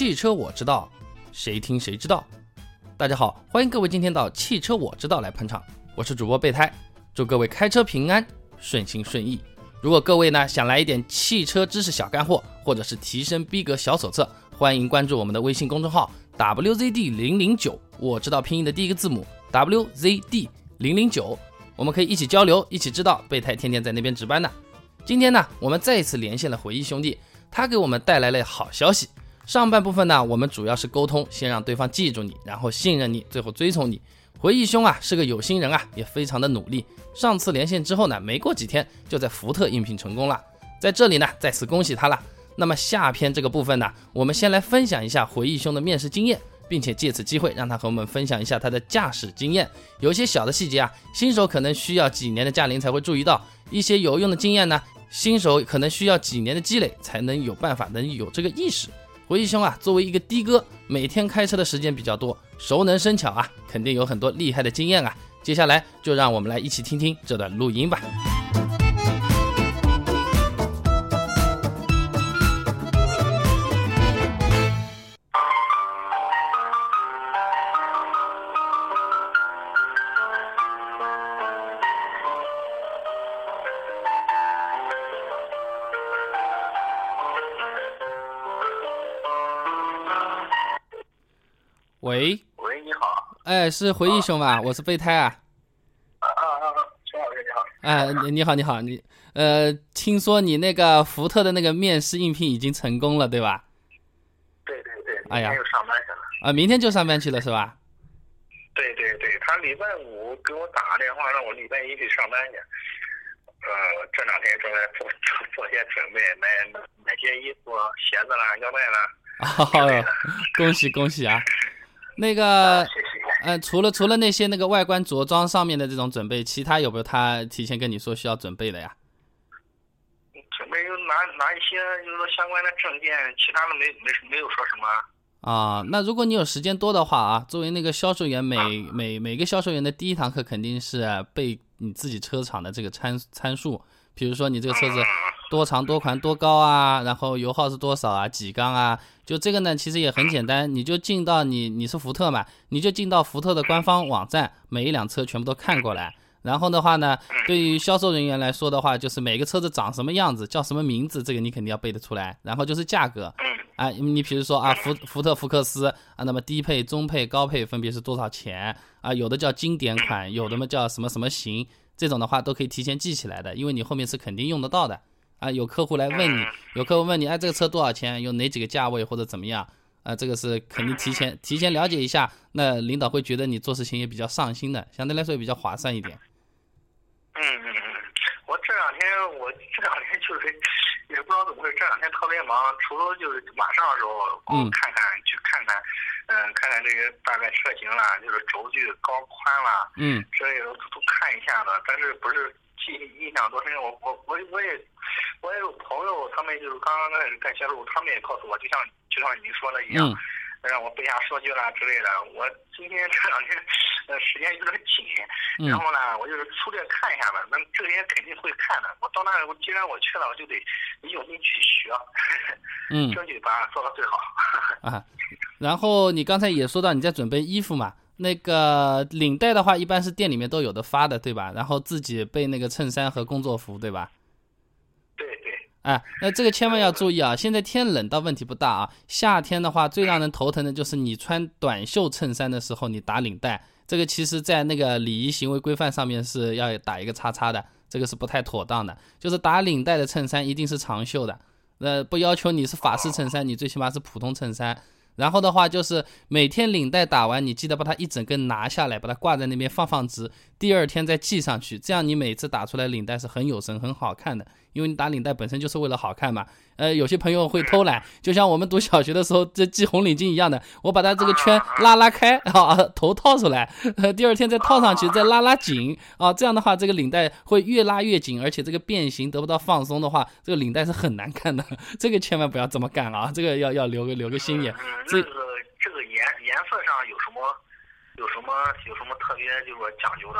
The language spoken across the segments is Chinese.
汽车我知道，谁听谁知道。大家好，欢迎各位今天到汽车我知道来捧场，我是主播备胎，祝各位开车平安，顺心顺意。如果各位呢想来一点汽车知识小干货，或者是提升逼格小手册，欢迎关注我们的微信公众号 WZD009， 我知道拼音的第一个字母 WZD009， 我们可以一起交流，一起知道。备胎天天在那边值班呢。今天呢，我们再一次连线了回忆兄弟，他给我们带来了好消息。上半部分呢，我们主要是沟通，先让对方记住你，然后信任你，最后追从你。回忆兄啊是个有心人啊，也非常的努力。上次连线之后呢，没过几天就在福特应聘成功了，在这里呢再次恭喜他了。那么下篇这个部分呢，我们先来分享一下回忆兄的面试经验，并且借此机会让他和我们分享一下他的驾驶经验。有一些小的细节啊，新手可能需要几年的驾龄才会注意到，一些有用的经验呢，新手可能需要几年的积累才能有办法能有这个意识。回忆兄啊，作为一个的哥，每天开车的时间比较多，熟能生巧啊，肯定有很多厉害的经验啊。接下来就让我们来一起听听这段录音吧。喂， 你好。 哎，是回忆兄吧？我是备胎啊。 陈老师你好。 你好，听说你那个福特的那个面试应聘已经成功了，对吧？ 对，明天就上班去了。 啊，明天就上班去了是吧？ 对，他礼拜五给我打个电话，让我礼拜一去上班去。这两天正在做些准备，买些衣服、鞋子啦、腰带啦。 恭喜啊！那个， 谢谢。 除了那些那个外观着装上面的这种准备，其他有没有他提前跟你说需要准备的呀？ 准备就拿一些就是说相关的证件，其他的没有说什么。 啊，那如果你有时间多的话啊，作为那个销售员，每个销售员的第一堂课肯定是背你自己车厂的这个参数，比如说你这个车子多长多宽多高啊，然后油耗是多少啊，几缸啊，就这个呢其实也很简单，你就进到你是福特嘛，你就进到福特的官方网站，每一辆车全部都看过来。然后的话呢，对于销售人员来说的话，就是每个车子长什么样子，叫什么名字，这个你肯定要背得出来。然后就是价格啊，你比如说啊，福特福克斯啊，那么低配、中配、高配分别是多少钱啊？有的叫经典款，有的嘛叫什么什么型，这种的话都可以提前记起来的，因为你后面是肯定用得到的啊。有客户来问你，哎，这个车多少钱？有哪几个价位或者怎么样啊？这个是肯定提前了解一下，那领导会觉得你做事情也比较上心的，相对来说也比较划算一点。 我这两天就是也不知道怎么回事，这两天特别忙，除了就是晚上的时候看看这个大概车型啦，就是轴距高宽啦，之类的都看一下的，但是不是印象多深。我也有朋友，他们就是刚刚开始干销售，他们也告诉我，就像你说的一样，让我背下数据啦之类的。我今天这两天时间有点紧，然后呢，我就是粗略看一下吧。那这些肯定会看的。我到那里，既然我去了，我就得用心去学，争取把它做到最好。 然后你刚才也说到你在准备衣服嘛，那个领带的话，一般是店里面都有的发的，对吧？然后自己备那个衬衫和工作服，对吧？那这个千万要注意啊！现在天冷倒问题不大啊，夏天的话最让人头疼的就是你穿短袖衬衫的时候你打领带，这个其实在那个礼仪行为规范上面是要打一个叉叉的，这个是不太妥当的。就是打领带的衬衫一定是长袖的，不要求你是法式衬衫，你最起码是普通衬衫。然后的话就是每天领带打完，你记得把它一整根拿下来，把它挂在那边放直，第二天再系上去，这样你每次打出来领带是很有神很好看的，因为你打领带本身就是为了好看嘛。有些朋友会偷懒，就像我们读小学的时候这系红领巾一样的，我把它这个圈拉开头套出来，第二天再套上去，再拉紧啊，这样的话这个领带会越拉越紧，而且这个变形得不到放松的话，这个领带是很难看的，这个千万不要这么干啊，这个要留个心眼。 这个颜色上有什么特别就是说讲究的吗？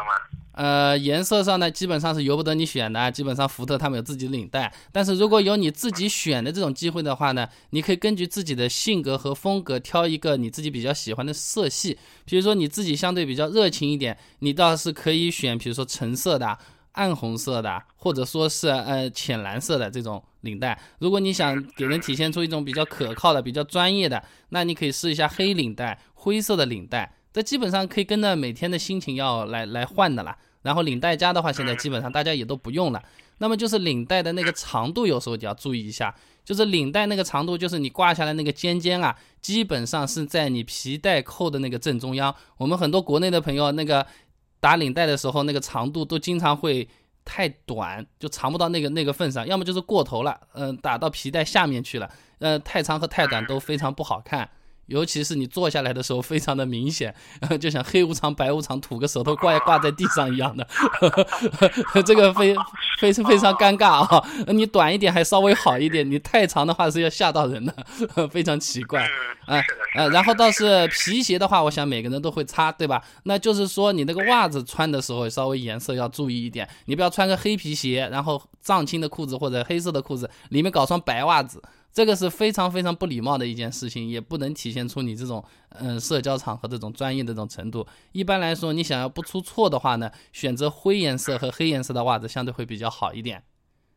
颜色上呢，基本上是由不得你选的，基本上福特他们有自己的领带。但是如果有你自己选的这种机会的话呢，你可以根据自己的性格和风格挑一个你自己比较喜欢的色系。比如说你自己相对比较热情一点，你倒是可以选，比如说橙色的、暗红色的，或者说是浅蓝色的这种领带。如果你想给人体现出一种比较可靠的、比较专业的，那你可以试一下黑领带、灰色的领带。这基本上可以跟着每天的心情要来换的啦。然后领带夹的话，现在基本上大家也都不用了。那么就是领带的那个长度，有时候就要注意一下。就是领带那个长度，就是你挂下来那个尖啊，基本上是在你皮带扣的那个正中央。我们很多国内的朋友，那个打领带的时候，那个长度都经常会太短，就长不到那个份上，要么就是过头了，打到皮带下面去了，太长和太短都非常不好看。尤其是你坐下来的时候非常的明显，就像黑无常白无常吐个舌头挂在地上一样的这个非常尴尬啊！你短一点还稍微好一点，你太长的话是要吓到人的非常奇怪然后倒是皮鞋的话，我想每个人都会擦，对吧？那就是说你那个袜子穿的时候稍微颜色要注意一点，你不要穿个黑皮鞋，然后藏青的裤子或者黑色的裤子里面搞双白袜子，这个是非常非常不礼貌的一件事情，也不能体现出你这种社交场合这种专业的这种程度。一般来说，你想要不出错的话呢，选择灰颜色和黑颜色的袜子相对会比较好一点。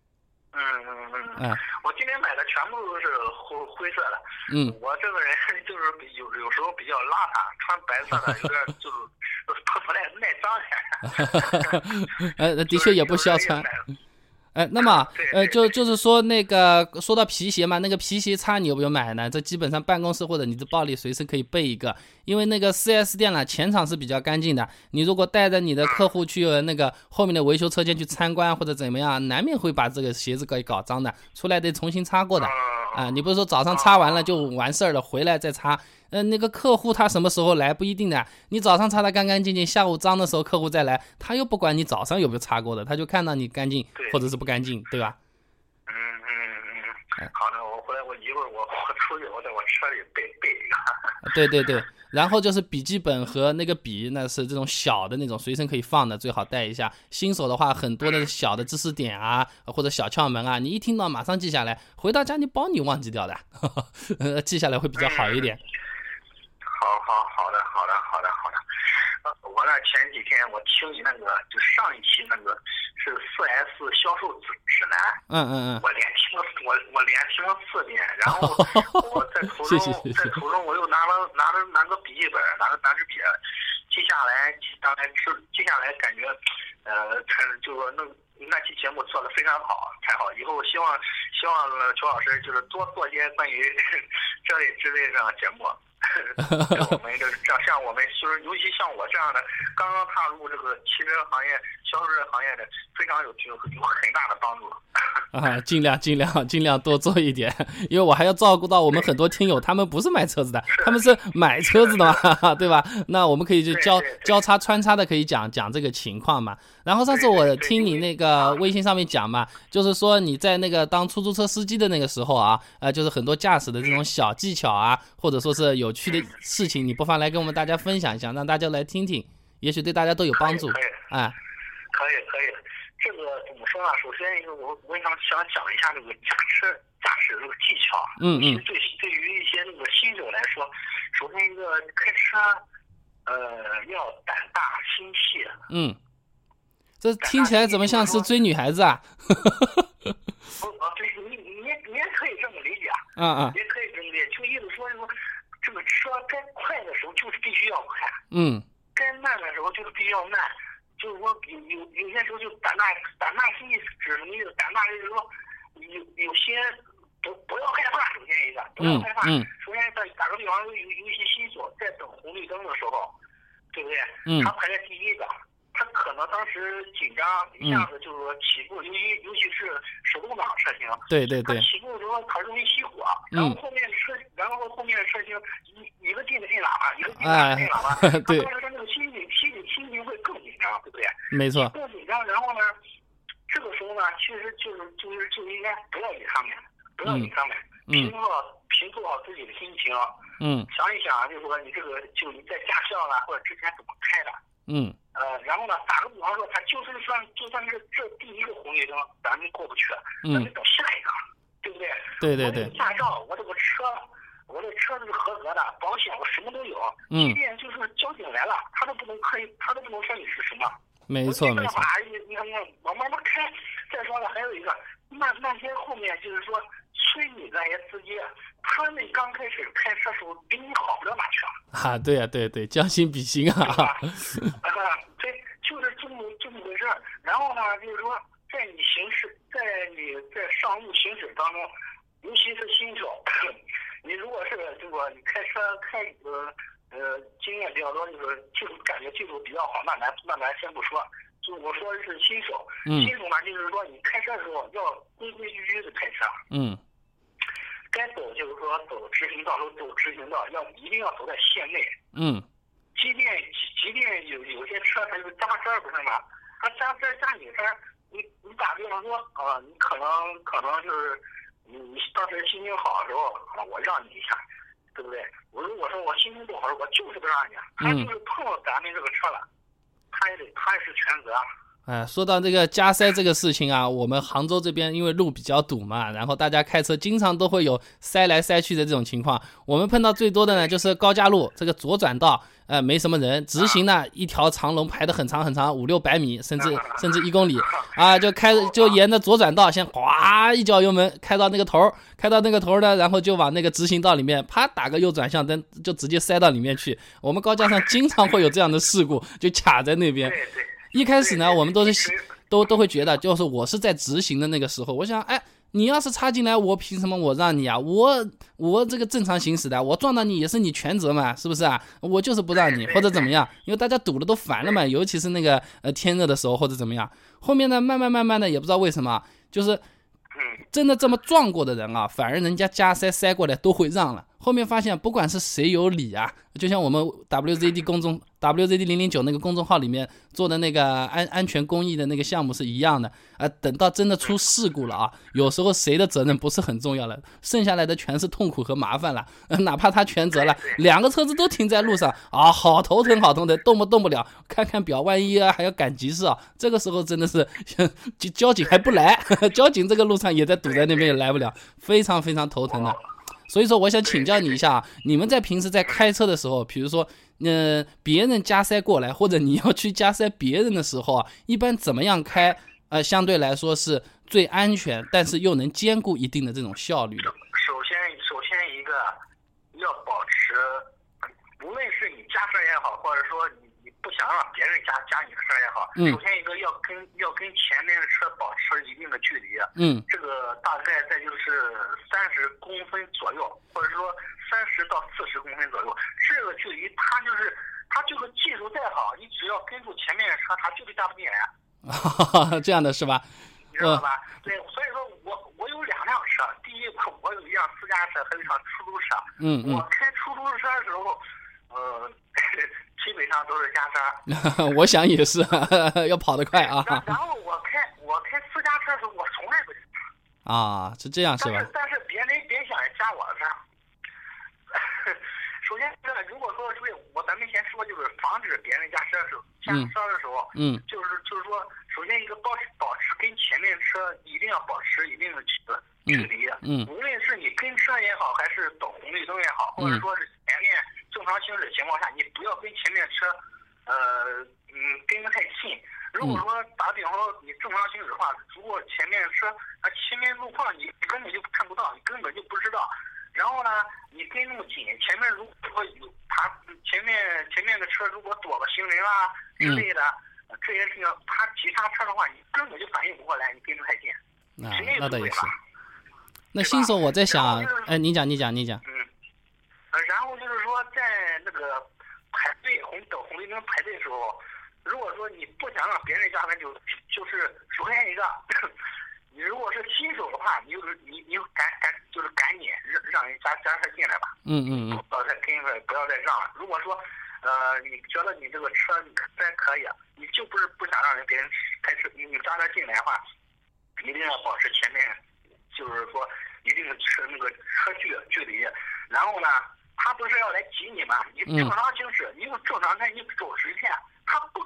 我今天买的全部都是灰色的。我这个人就是有时候比较邋遢，穿白色的有点就是不耐脏的确也不需要穿。那么就是说那个说到皮鞋嘛，那个皮鞋擦你有没有买呢？这基本上办公室或者你的包里随身可以备一个，因为那个 4S 店了前场是比较干净的，你如果带着你的客户去那个后面的维修车间去参观或者怎么样，难免会把这个鞋子给搞脏的，出来得重新擦过的你不是说早上擦完了就完事儿了，回来再擦。那个客户他什么时候来不一定的，你早上擦得干干净净，下午脏的时候客户再来，他又不管你早上有没有擦过的，他就看到你干净或者是不干净，对吧？ 好的，我回来我一会儿我出去我在我车里备一个。对，然后就是笔记本和那个笔，那是这种小的那种随身可以放的，最好带一下。新手的话，很多的小的知识点啊，或者小窍门啊，你一听到马上记下来，回到家你包你忘记掉的，记下来会比较好一点。好的。我呢前几天我听你那个就上一期那个是 4S 销售指南，我连听了4遍，然后我在途中我又拿个笔记本，拿支笔记下来感觉就说那期节目做得非常好，太好，以后希望邱老师就是多做些关于这类之类这样的节目。我们就是像我们就是尤其像我这样的刚刚踏入这个汽车行业销售行业的，非常有很大的帮助尽量多做一点，因为我还要照顾到我们很多听友，他们不是买车子的，他们是买车子的嘛，对吧？那我们可以就交叉穿插的可以讲这个情况嘛。然后上次我听你那个微信上面讲嘛，就是说你在那个当出租车司机的那个时候啊，就是很多驾驶的这种小技巧啊，或者说是有趣的事情，你不妨来跟我们大家分享一下，让大家来听听，也许对大家都有帮助。 可以，这个怎么说呢？首先我想讲一下这个驾驶这个技巧。对于一些那个新手来说，首先一个开车要胆大心细。 这听起来怎么像是追女孩子啊？ 对，你也可以这么理解也可以这么理解，就意思说这个车该快的时候就是必须要快，该慢的时候就是必须要慢，就是说有些时候就胆大心细指什么意思？胆大就是说有些不要害怕，首先一个不要害怕。首先打个比方，有一些新手在等红绿灯的时候，对不对？他排在第一个。他可能当时紧张，一下子就是说起步，尤其是手动挡车型， 对， 他起步的时候他容易熄火，然后后面的车型一个劲的摁喇叭，一个劲的摁喇叭， 对， 当时他那个心情会更紧张，对不对？ 没错， 更紧张，然后呢，这个时候呢，其实就应该不要紧张的，平复好自己的心情，想一想，就是说你这个你在驾校啦或者之前怎么开的。 然后呢，打个比方说，他就算是这第一个红绿灯，咱们过不去，咱们等下一个，对不对？ 对。 我有驾照，我这个车子是合格的，保险我什么都有。即便就是交警来了，他都不能说你是什么。 没错。 你看，我慢慢开。再说了，还有一个，那些后面就是说催你那些司机，他们刚开始开车时候比你好不了哪去啊！对啊，对，将心比心啊。 对，就是这么回事。然后呢，就是说，在你在上路行驶当中，尤其是新手，你如果是这个你开车经验比较多，就是感觉技术比较好，那咱先不说。就我说的是新手，新手呢，就是说你开车的时候要规规矩矩的开车。该走就是说走直行道，一定要走在线内。即便有些车它就是加塞不是吗？它加你塞，你打比方说你可能就是你当时心情好的时候我让你一下，对不对？我如果说我心情不好的时候，我就是不让你，他就是碰到咱们这个车了，他也是全责。 说到这个加塞这个事情啊，我们杭州这边因为路比较堵嘛，然后大家开车经常都会有塞来塞去的这种情况。我们碰到最多的呢，就是高架路这个左转道，没什么人，直行呢一条长龙排得很长很长，500-600米，甚至1公里啊，就沿着左转道先哗一脚油门开到那个头呢，然后就往那个直行道里面啪打个右转向灯，就直接塞到里面去。我们高架上经常会有这样的事故，就卡在那边。一开始呢，我们都会觉得，就是我是在直行的那个时候，我想，你要是插进来，我凭什么我让你啊？我这个正常行驶的，我撞到你也是你全责嘛，是不是啊？我就是不让你或者怎么样，因为大家堵的都烦了嘛，尤其是那个天热的时候或者怎么样。后面呢，慢慢的也不知道为什么，就是真的这么撞过的人啊，反而人家加塞过来都会让了。后面发现不管是谁有理啊，就像我们 WZD009 那个公众号里面做的那个安全公益的那个项目是一样的等到真的出事故了啊，有时候谁的责任不是很重要了，剩下来的全是痛苦和麻烦了。哪怕他全责了，2个车子都停在路上啊，好头疼，动不了，看看表，万一还要赶急事啊，这个时候真的是交警还不来，交警这个路上也在堵在那边也来不了，非常非常头疼的。所以说我想请教你一下，你们在平时在开车的时候，比如说别人加塞过来，或者你要去加塞别人的时候啊，一般怎么样开相对来说是最安全，但是又能兼顾一定的这种效率的？ 首先一个要保持，无论是你加塞也好，或者说你不想让别人加你的塞也好，首先一个要跟前面的车保持一定的距离。这个大概在就是30公分左右，或者说30到40公分左右。这个距离它就是技术再好，你只要跟住前面的车，它就是加不进来。 这样的是吧？ 你知道吧？对，所以说我有2辆车，第一我有一辆私家车，还有一辆出租车。我开出租车的时候，基本上都是加塞。 我想也是，要跑得快啊。 然后我开私家车的时候，我从来不加啊，是这样是吧？ 但是别想加我的车。首先如果说咱们先说，就是防止别人加塞的时候，就是说，首先一个保持跟前面车一定要保持一定的距离。无论是你跟车也好，还是等红绿灯也好，或者说是前面正常行驶情况下，你不要跟前面车跟得太近。如果说打比方说你正常行驶的话，如果前面车前面路况你根本就看不到，你根本就不知道。然后呢，你跟那么紧，前面如果说有前面的车如果躲个行人啦之类的，这些事情，其他车的话，你根本就反应不过来，你跟得太近， 那倒也是。那新手我在想，你讲。 然后就是说，在那个排队等红绿灯排队的时候，如果说你不想让别人加塞，就是首先一个。你如果是新手的话，你赶紧让人加塞进来吧。不要再跟着，不要再让了。如果说你觉得你这个车塞可以，你就不是不想让别人开车，你加塞进来的话，一定要保持前面，就是说一定的那个车距离。然后呢，他不是要来挤你吗？你正常行驶，你就正常开，你走直线，他不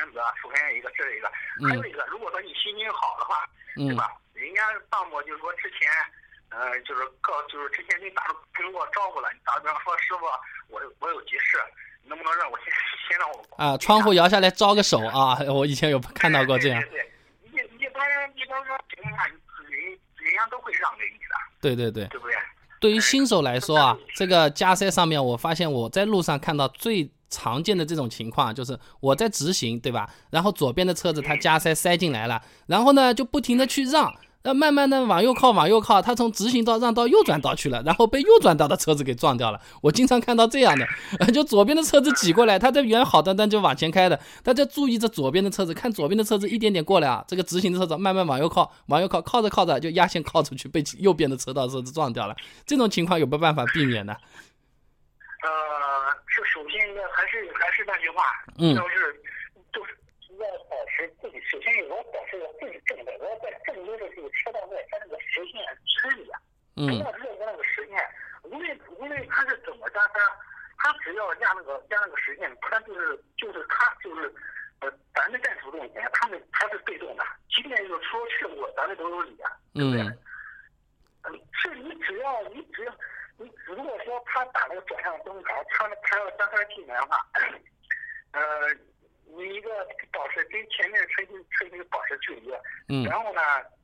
则，首先一个这是一个，还有一个，如果说你心情好的话，对吧？人家当我就是说之前，就是之前你给我招呼了，你打比方说师傅，我有急事，能不能让我先让我啊，窗户摇下来招个手啊，我以前有看到过这样。 对，一般说情况下，人家都会让给你的。 对， 对不对？ 对于新手来说啊，这个加塞上面，我发现我在路上看到最常见的这种情况，就是我在直行，对吧？然后左边的车子它加塞进来了，然后呢就不停的去让。慢慢的往右靠，他从直行道让到右转道去了，然后被右转道的车子给撞掉了。我经常看到这样的，就左边的车子挤过来，他在原好端端就往前开的，大家注意着左边的车子，看左边的车子一点点过来啊，这个直行的车子慢慢往右靠，靠着就压线靠出去，被右边的车道车子撞掉了。这种情况有没有办法避免呢？ 是首先一个还是那句话，要保持自己，首先我要保持我自己正的，我要在正规的这个车道内，在这个实线区里啊，不要越过那个实线，无论他是怎么加塞，他只要压那个实线，他咱们占主动权，他是被动的，即便是出事故，咱们都有理啊，对不对？是你只要你如果说他打那个转向灯，然后他要加塞进来的话，你一个保持跟前面车型保持距离，然后呢，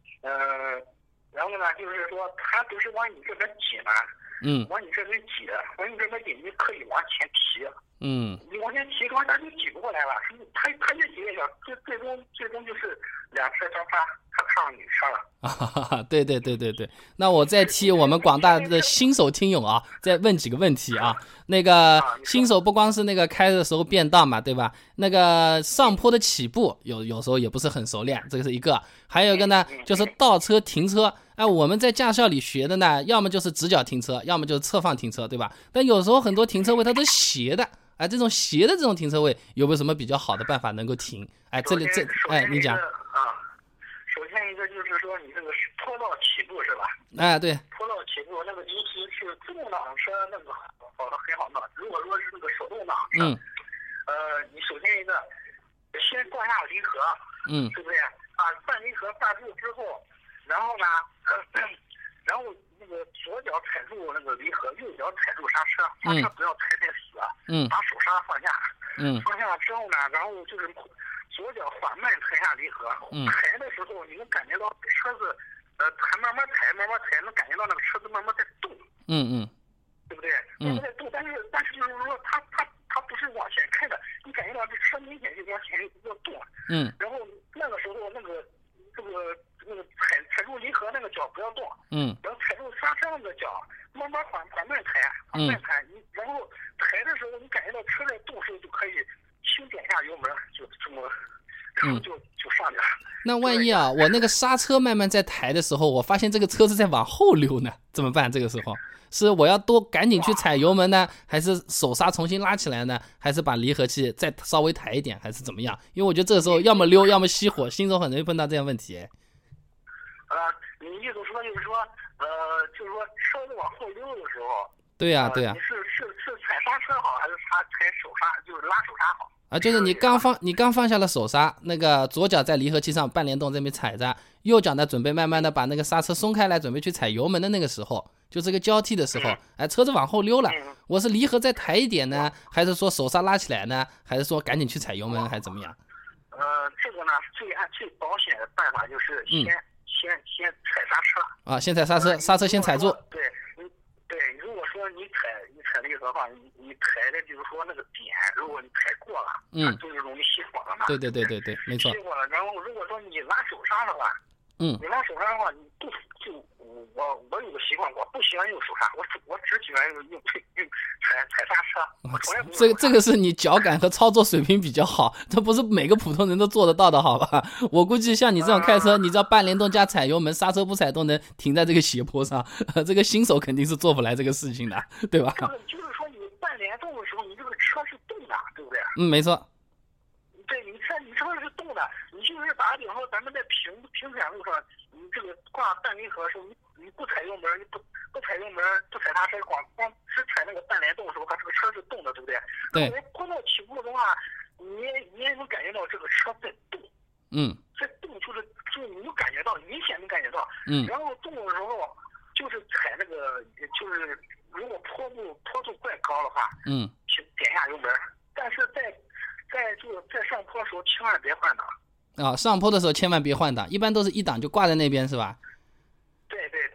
就是说他不是往你这边挤嘛，往你这边挤，你可以往前提，你往前提的话，他就挤不过来了，他越挤越小，最终就是两车相差，他看上你车了。 对，那我再替我们广大的新手听友啊，再问几个问题啊。那个新手不光是那个开的时候变道嘛，对吧？那个上坡的起步有时候也不是很熟练，这个是一个。还有一个呢，就是倒车停车。我们在驾校里学的呢，要么就是直角停车，要么就是侧放停车，对吧？但有时候很多停车位它都斜的，这种斜的这种停车位有没有什么比较好的办法能够停？你讲。 首先一个就是说你这个坡道起步是吧？ 对。 坡道起步那个尤其是自动挡车那个好的很好弄。如果说是那个手动挡车，你首先一个先挂下离合，对不对？把离合挂住之后，然后呢，然后那个左脚踩住那个离合，右脚踩住刹车，刹车不要踩太死，把手刹放下，放下之后呢，然后就是左脚缓慢踩下离合，抬的时候你能感觉到车子，还慢慢踩，能感觉到那个车子慢慢在动，对不对？慢慢在动，但是就是说它不是往前开的，你感觉到这车明显就往前要动，然后那个时候那个踩住离合那个脚不要动，然后踩住刹车那个脚慢慢缓慢踩，你然后抬的时候你感觉到车在动时候就可以轻点下油门，就这么，然后就上去了。 那万一我那个刹车慢慢在抬的时候，我发现这个车子在往后溜呢，怎么办？这个时候是我要赶紧去踩油门呢，还是手刹重新拉起来呢？还是把离合器再稍微抬一点，还是怎么样？因为我觉得这个时候要么溜，要么熄火，新手很容易碰到这样问题。 你意思说就是说车子往后溜的时候， 对呀， 你是踩刹车好，还是踩手刹，就是拉手刹好？ 就是你刚放下了手刹，那个左脚在离合器上半联动这边踩着，右脚呢准备慢慢的把那个刹车松开来，准备去踩油门的那个时候，就这个交替的时候，车子往后溜了，我是离合再抬一点呢，还是说手刹拉起来呢，还是说赶紧去踩油门，还是怎么样？ 这个呢最保险的办法就是先踩刹车先踩刹车，刹车先踩住。 对，如果说你踩离合的话，你踩的就是说那个点，如果你踩过了，就是容易熄火了嘛。 对，没错。 熄火了，然后如果说你拉手刹的话，你拉手刹的话，你不就我有个习惯，我不喜欢用手刹，我只喜欢用踩刹车。我从来不用这个是你脚感和操作水平比较好，这不是每个普通人都做得到的，好吧？我估计像你这种开车，你知道半联动加踩油门，刹车不踩都能停在这个斜坡上，这个新手肯定是做不来这个事情的，对吧？ 就是说你半联动的时候，你这个车是动的，对不对？ 没错。 对，你车是动的，你就是打个比方说，咱们在平坦路上，你这个挂半离合的时候，你不踩油门，你不踩油门，不踩刹车，光只踩那个半联动的时候，它这个车是动的，对不对？ 对。 坡道起步的话， 你也能感觉到这个车在动。在动就是你能感觉到，明显能感觉到。然后动的时候就是踩那个，就是如果坡度怪高的话，去点下油门。但是在上坡的时候千万别换挡。 啊，上坡的时候千万别换挡，一般都是一档就挂在那边是吧？ 对。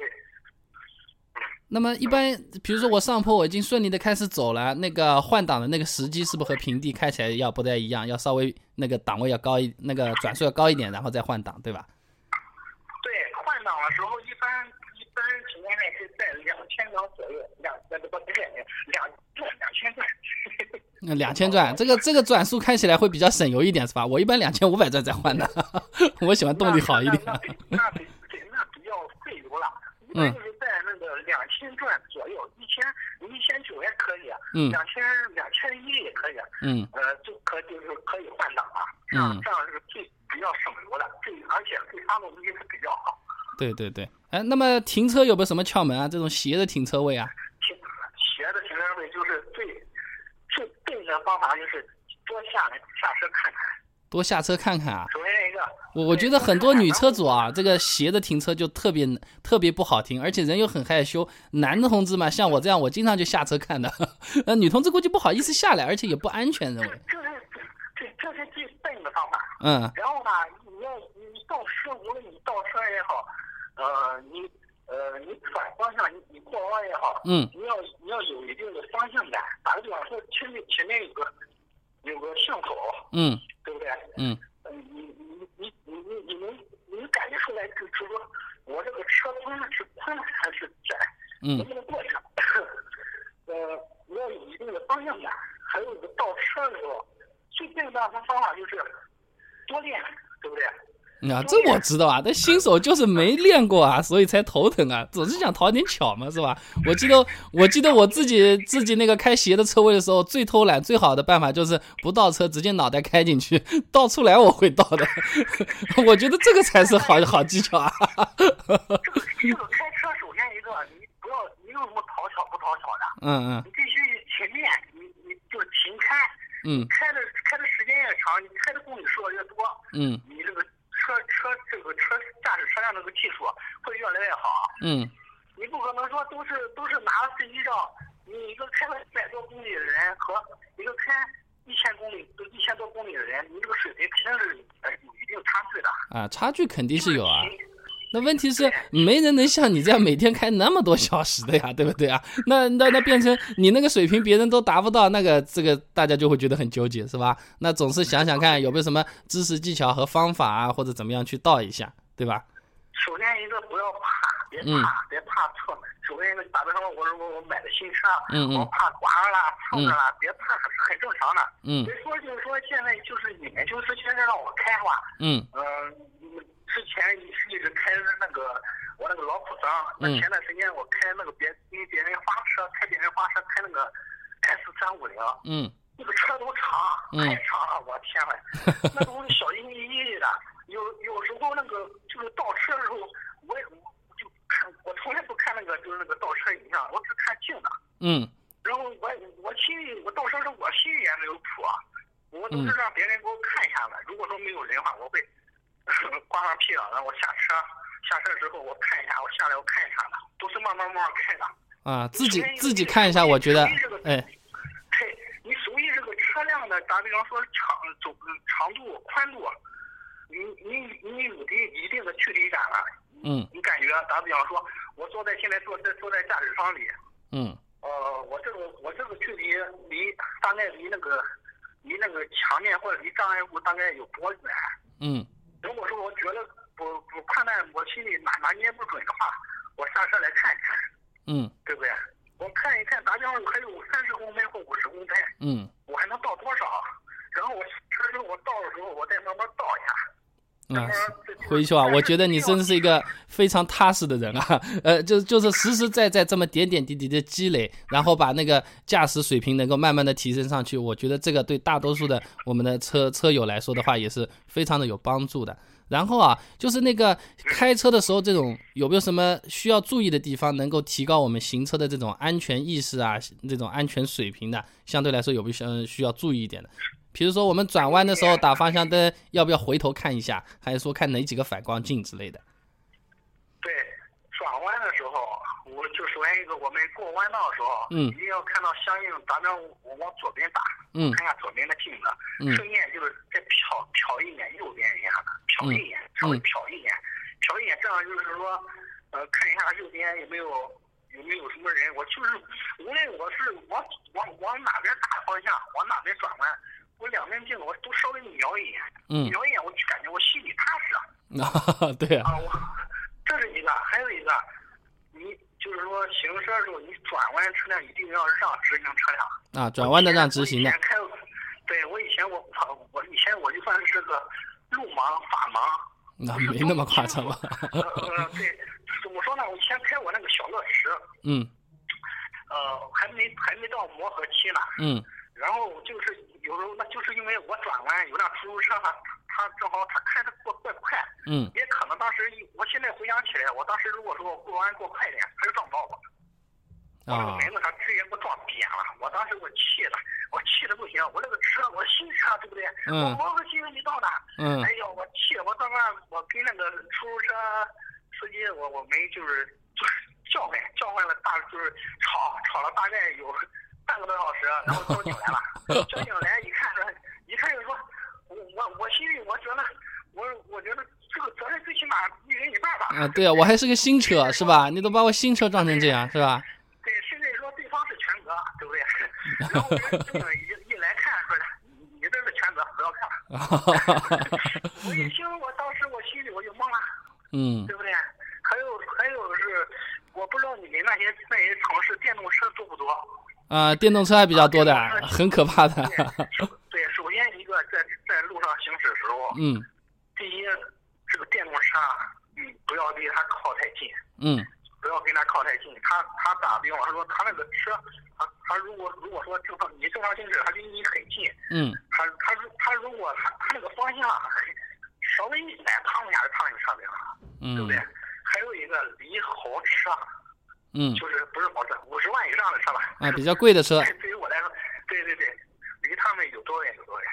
那么一般，比如说我上坡我已经顺利的开始走了，那个换挡的那个时机是不是和平地开起来要不太一样？要稍微那个档位要高那个转速要高一点，然后再换挡，对吧？ 对，换挡的时候一般情况下是在2000转左右，2000转。 2000转，这个转速开起来会比较省油一点是吧？我一般2500转再换的，我喜欢动力好一点。 那比较费油了。就是在那个2000转左右，1900也可以，2100也可以，就是可以换挡了，这样是比较省油的，而且对发动机是比较好。 对，那么停车有没有什么窍门啊？这种斜的停车位啊？ 斜的停车位就是最对的方法就是多下车看看。 多下车看看啊！ 首先一个， 我觉得很多女车主啊，这个斜的停车就特别不好停，而且人又很害羞。男的同志嘛，像我这样，我经常就下车看的。女同志估计不好意思下来，而且也不安全，认为。 这是最笨的方法。然后呢，你倒车，无论你倒车也好，你转方向，你过弯也好，你要有一定的方向感。打个比方说，前面有个巷口，对不对？你能感觉出来，就是说我这个车宽是宽还是窄，能不能过去？你要有一定的方向感。还有一个倒车的时候，最简单的方法就是多练，对不对？ 这我知道啊，但新手就是没练过啊，所以才头疼啊，总是想讨点巧嘛，是吧？我记得我自己那个开斜的车位的时候，最偷懒最好的办法就是不倒车，直接脑袋开进去，倒出来我会倒的。我觉得这个才是好技巧啊。 这个开车首先一个，你有什么讨巧不讨巧的？你必须前面你就是勤开，开的时间越长，你开的公里数越多，你这个车驾驶车辆这个技术会越来越好。你不可能说都是拿了飞机照，你一个开了100多公里的人和一个开1000多公里的人，你这个水平肯定是有一定差距的。 差距肯定是有啊。那问题是没人能像你这样每天开那么多小时的呀，对不对啊？那变成你那个水平别人都达不到，这个大家就会觉得很纠结，是吧？那总是想想看有没有什么知识技巧和方法啊，或者怎么样去倒一下，对吧？ 首先一个不要怕，别怕错。首先一个打比方说，我买的新车，我怕刮了蹭着了，别怕，是很正常的。别说就是说现在就是你们就是现在让我开话，之前一直开我那个老普桑，前段时间我开那个别人花车，开那个 S350，那个车都长，太长了，我天呐，那都是小心翼翼的。有时候那个就是倒车的时候，我从来不看就是那个倒车影像，我只看镜子。然后我倒车时候我心里也没有谱啊，我都是让别人给我看一下子。如果说没有人的话，我会挂上屁了，然后我下车之后我看一下，我下来我看一下的，都是慢慢开的。 自己看一下，我觉得， 你属于这个车辆的，打比方说长度、宽度，你有一定的距离感了。你感觉，打比方说，我现在坐在驾驶舱里，我这个距离大概离那个墙面或者离障碍物大概有多远？如果说我觉得不判断，我心里拿捏不准的话，我下车来看一看，对不对？我看一看，打比方还有30公分或50公分，我还能倒多少？然后我车之后我倒的时候，我再慢慢倒一下。 回去啊，我觉得你真的是一个非常踏实的人啊，就是实实在在这么点点滴滴的积累，然后把那个驾驶水平能够慢慢的提升上去，我觉得这个对大多数的我们的车友来说的话也是非常的有帮助的。然后啊，就是那个开车的时候，这种有没有什么需要注意的地方，能够提高我们行车的这种安全意识啊，这种安全水平的，相对来说有没有需要注意一点的？ 比如说我们转弯的时候打方向灯，要不要回头看一下，还是说看哪几个反光镜之类的？ 对，转弯的时候，我就首先一个，我们过弯道的时候，一定要看到相应，咱们我往左边打，看一下左边的镜子，顺便就是再瞟一眼右边一下的，瞟一眼，稍微瞟一眼，这样就是说，看一下右边有没有什么人，我就是无论我是往哪边打方向，往哪边转弯，我两边镜子我都稍微瞄一眼，我就感觉我心里踏实。 对啊。 这是一个，还有一个，你就是说行车的时候，你转弯车辆一定要让直行车辆。转弯的让直行的。对，我以前就算是个路盲法盲。 没那么夸张吧？ 对，我说呢，我以前开我那个小乐驰。还没到磨合期呢。然后就是有时候，那就是因为我转弯有辆出租车，他正好他开的过快。也可能当时我现在回想起来，我当时如果说我过弯过快点，他就撞不到我。我那个门子上直接给我撞扁了，我当时我气的不行，我那个车我新车对不对？我磨合期还没到呢。哎呦，我气，我当时我跟那个出租车司机我们就是叫唤了就是吵了大概有半个多小时，然后交警来了。交警来一看就说，我心里我觉得这个责任最起码一人一半吧。 对啊，我还是个新车是吧？你都把我新车撞成这样是吧？ 对，甚至说对方是全责，对不对？然后一来看说你这是全责，不要看了。我一听，当时我心里我就懵了。对不对？还有是，我不知道你们那些城市电动车多不多？ 电动车还比较多的，很可怕的。 对，首先一个在路上行驶的时候，第一，这个电动车不要离它靠太近，不要跟它靠太近。他打比方说，他那个车，他如果说你正常行驶，他离你很近，他如果他那个方向稍微一来，趟一下就趟你上面了，对不对？还有一个离豪车，就是不是豪车，50万以上的车吧， 比较贵的车。 对于我来说，对，离他们有多远。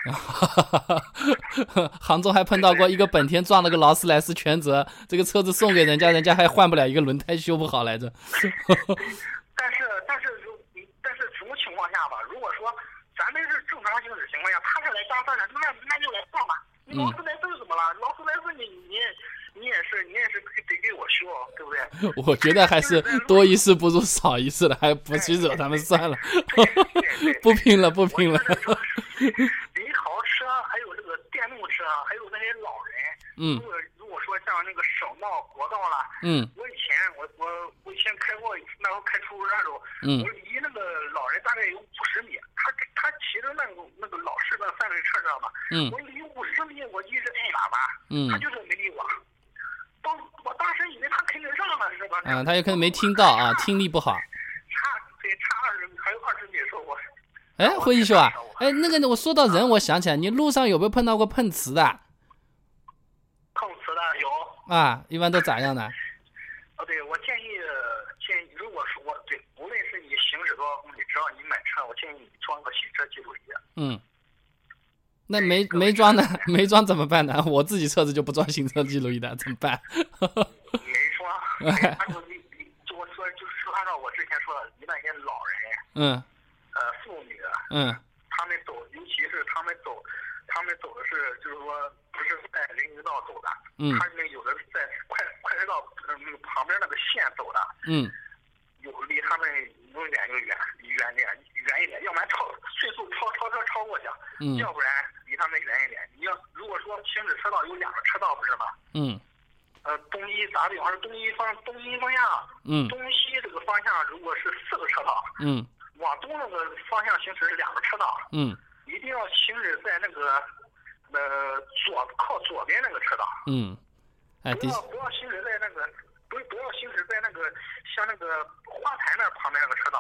杭州还碰到过一个本田撞了个劳斯莱斯全责，这个车子送给人家，人家还换不了一个轮胎，修不好来着。 但是什么情况下吧？如果说咱们是正常行驶情况下，他是来加分的，那就来撞吧。你劳斯莱斯怎么了？劳斯莱斯你也是得给我修，对不对？ 我觉得还是多一事不如少一事了，还不去惹他们算了。不拼了。 离豪车还有这个电动车，还有那些老人，如果说像那个省道、国道了，我以前开过，那时候开出租车的时候，我离那个老人大概有50米，他骑着那个老式的三轮车，知道吗？我离50米，我一直摁喇叭，他就是没理我。我当时以为他肯定让了，是吧？ 他有可能没听到啊，听力不好。 差20米，还有20米的时候我。 辉一说啊，那个我说到人，我想起来，你路上有没有碰到过碰瓷的？ 碰瓷的有。一般都咋样的？ 对，我建议，如果说无论是你行驶多少公里，只要你买车，我建议你装个行车记录仪。 那没装呢？没装怎么办呢？我自己车子就不装行车记录仪的，怎么办？ 没装。就按照我之前说的，你那些老人，妇女，他们走，尤其是他们走的是，就是说不是在人行道走的，他们有的是在快车道旁边那个线走的，有离他们能远就远一点，要不然迅速超车超过去，要不然离他们远一点。你要如果说行驶车道有2个车道不是吗？东一打比方说东一方向，东西这个方向如果是4个车道，往东那个方向行驶是2个车道，一定要行驶在那个靠左边那个车道，不要行驶在那个不要行驶在那个像那个花坛那旁边那个车道，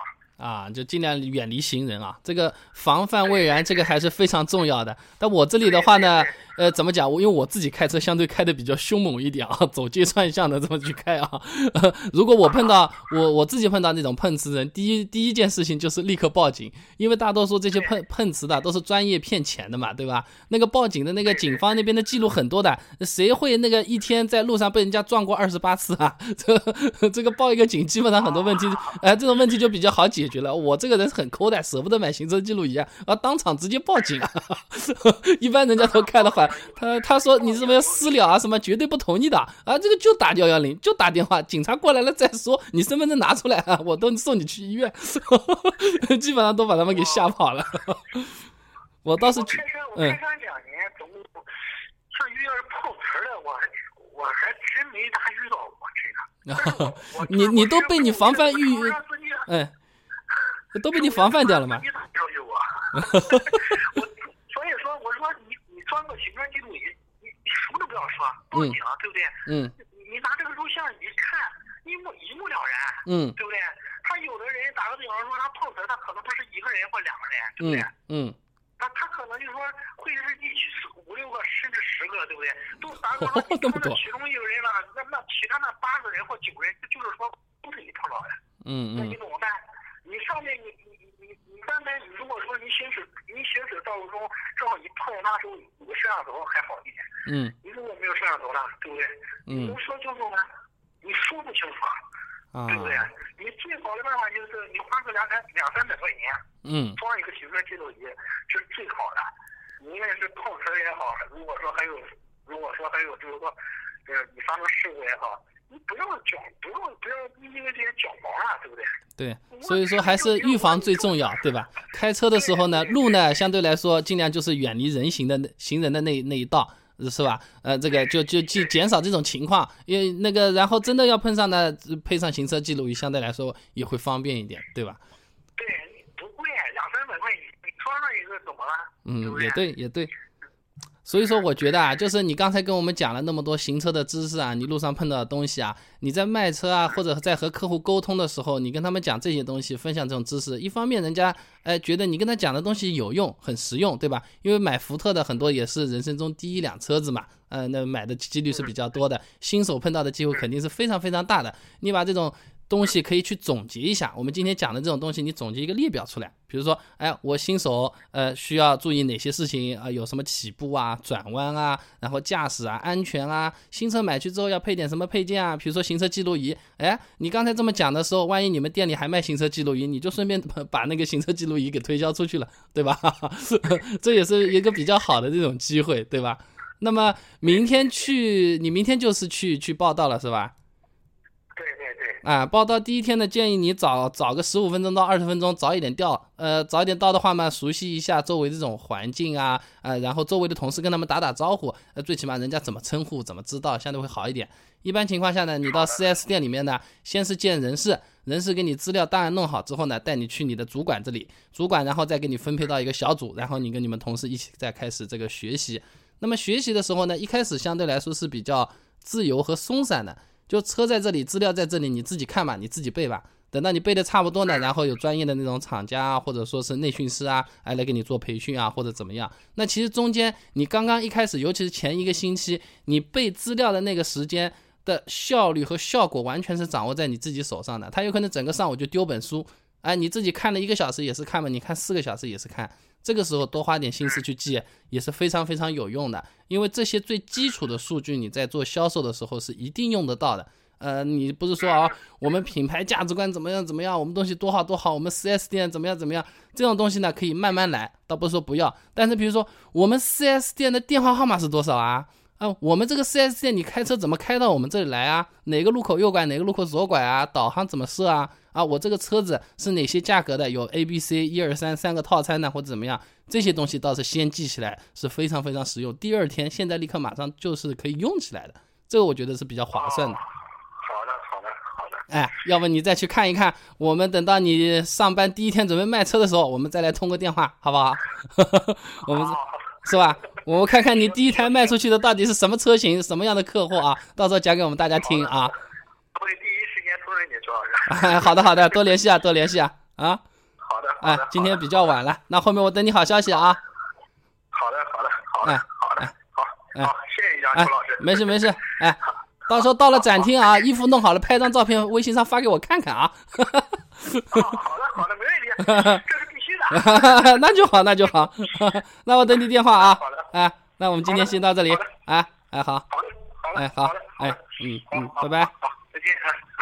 啊，就尽量远离行人啊，这个防范未然，这个还是非常重要的。但我这里的话呢，怎么讲？因为我自己开车相对开的比较凶猛一点啊，走街串巷的这么去开啊。如果我碰到我自己碰到那种碰瓷人，第一件事情就是立刻报警，因为大多数这些碰瓷的都是专业骗钱的嘛，对吧？那个报警的那个警方那边的记录很多的，谁会那个一天在路上被人家撞过28次啊？这个报一个警，基本上很多问题，这种问题就比较好解决了。我这个人是很抠的，舍不得买行车记录仪啊，当场直接报警啊。一般人家都开的话，他说你什么私了啊，什么绝对不同意的啊，这个就打110，就打电话，警察过来了再说，你身份证拿出来啊，我都送你去医院。基本上都把他们给吓跑了。我倒是我开车2年，总共就遇到碰瓷的，我还真没咋遇到过这个。 你都被你防范都被你防范掉了吗？ 所以说，我说你装个行车记录仪，你什么都不要说，报警，对不对？你拿这个录像一看，一目了然，对不对？他有的人打个比方说，他碰瓷，他可能不是1个人或2个人，对不对？他可能就是说会是一起5、6个甚至10个，对不对？都打个比方说，其中1个人了，那其他那8个人或9个人，就是说都是你碰到的。那你怎么办？你上面你刚才如果说您行驶道路中正好你碰到他的时候有个摄像头还好一点。你如果没有摄像头了，对不对？你能说清楚吗？你说不清楚，对不对？你最好的办法就是你花个200-300块钱，装一个行车记录仪是最好的。你也是碰瓷也好，如果说还有就是说，你发生事故也好。你不要因为这些脚毛啊，对不对？对， 所以说还是预防最重要，对吧？开车的时候呢，路呢相对来说尽量就是远离行人的那一道，是吧？这个就减少这种情况，因为那个然后真的要碰上呢，配上行车记录仪，相对来说也会方便一点，对吧？ 对，不贵，200-300块，你装上一个怎么了？ 也对。所以说我觉得啊，就是你刚才跟我们讲了那么多行车的知识啊，你路上碰到的东西啊，你在卖车啊或者在和客户沟通的时候，你跟他们讲这些东西，分享这种知识，一方面人家觉得你跟他讲的东西有用，很实用，对吧？因为买福特的很多也是人生中第一辆车子嘛，那买的几率是比较多的，新手碰到的机会肯定是非常非常大的。你把这种东西可以去总结一下，我们今天讲的这种东西，你总结一个列表出来，比如说，我新手需要注意哪些事情啊？有什么起步啊、转弯啊，然后驾驶啊、安全啊，新车买去之后要配点什么配件啊？比如说行车记录仪，你刚才这么讲的时候，万一你们店里还卖行车记录仪，你就顺便把那个行车记录仪给推销出去了，对吧？这也是一个比较好的这种机会，对吧？那么你明天就是去报到了，是吧？ 对。 报到第一天呢，建议你早个15分钟到20分钟，早一点到。早一点到的话嘛，熟悉一下周围这种环境啊，然后周围的同事跟他们打招呼，最起码人家怎么称呼怎么知道，相对会好一点。一般情况下呢，你到 4S 店里面呢，先是见人事给你资料档案弄好之后呢，带你去你的主管这里，主管然后再给你分配到一个小组，然后你跟你们同事一起再开始这个学习。那么学习的时候呢，一开始相对来说是比较自由和松散的。就车在这里，资料在这里，你自己看吧，你自己背吧。等到你背的差不多呢，然后有专业的那种厂家啊，或者说是内训师啊，来给你做培训啊，或者怎么样。那其实中间你刚刚一开始，尤其是前1个星期，你背资料的那个时间的效率和效果，完全是掌握在你自己手上的。他有可能整个上午就丢本书，你自己看了1个小时也是看嘛，你看4个小时也是看。这个时候多花点心思去记也是非常非常有用的，因为这些最基础的数据你在做销售的时候是一定用得到的。你不是说我们品牌价值观怎么样，我们东西多好，我们 4S 店怎么样，这种东西呢可以慢慢来，倒不是说不要。但是比如说我们 4S 店的电话号码是多少啊？我们这个 4S 店你开车怎么开到我们这里来啊？哪个路口右拐，哪个路口左拐啊？导航怎么设啊？我这个车子是哪些价格的？有 ABC123 个套餐呢，或者怎么样？这些东西倒是先记起来是非常非常实用，第2天现在立刻马上就是可以用起来的，这个我觉得是比较划算的。 好的。 要不你再去看一看，我们等到你上班第1天准备卖车的时候，我们再来通个电话，好不好？我们是吧？我们看看你第1台卖出去的到底是什么车型，什么样的客户啊？到时候讲给我们大家听啊。 会第一时间通知你，周老师。 好的，多联系啊。 哎，今天比较晚了，那后面我等你好消息啊。 好的，好，谢谢杨楚老师。 没事，哎，到时候到了展厅啊，衣服弄好了，拍张照片，微信上发给我看看啊。 好的，没问题，这是必须的。 那就好，那我等你电话啊。 好的， 哎，那我们今天先到这里，哎，好， 好的， 哎，好，哎，拜拜。 好，再见。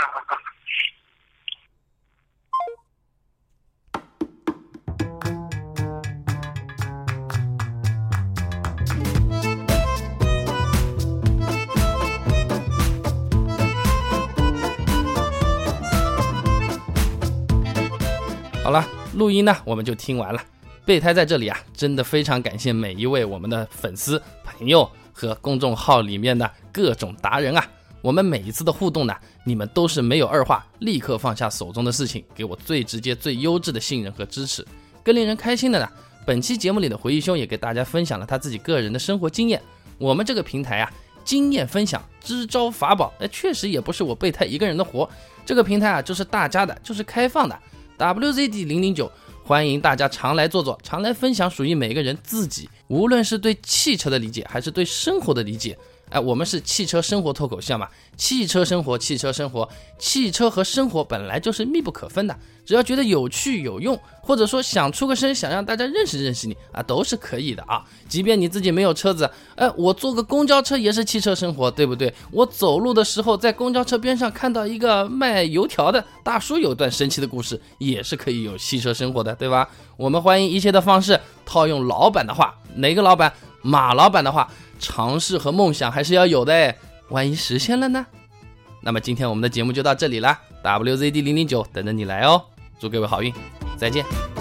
好了，录音呢我们就听完了。备胎在这里啊，真的非常感谢每一位我们的粉丝、朋友和公众号里面的各种达人啊。我们每一次的互动呢，你们都是没有二话，立刻放下手中的事情，给我最直接、最优质的信任和支持。更令人开心的呢，本期节目里的回忆兄也给大家分享了他自己个人的生活经验。我们这个平台啊，经验分享、支招法宝，确实也不是我备胎一个人的活。这个平台啊，就是大家的，就是开放的。WZD009，欢迎大家常来坐坐，常来分享属于每个人自己，无论是对汽车的理解，还是对生活的理解。我们是汽车生活脱口秀嘛，汽车生活，汽车和生活本来就是密不可分的。只要觉得有趣有用，或者说想出个声，想让大家认识你啊，都是可以的啊。即便你自己没有车子，我坐个公交车也是汽车生活，对不对？我走路的时候在公交车边上看到一个卖油条的大叔，有段神奇的故事，也是可以有汽车生活的，对吧？我们欢迎一切的方式，套用老板的话，哪个老板？马老板的话，尝试和梦想还是要有的，万一实现了呢？那么今天我们的节目就到这里了，WZD009 等着你来哦，祝各位好运，再见。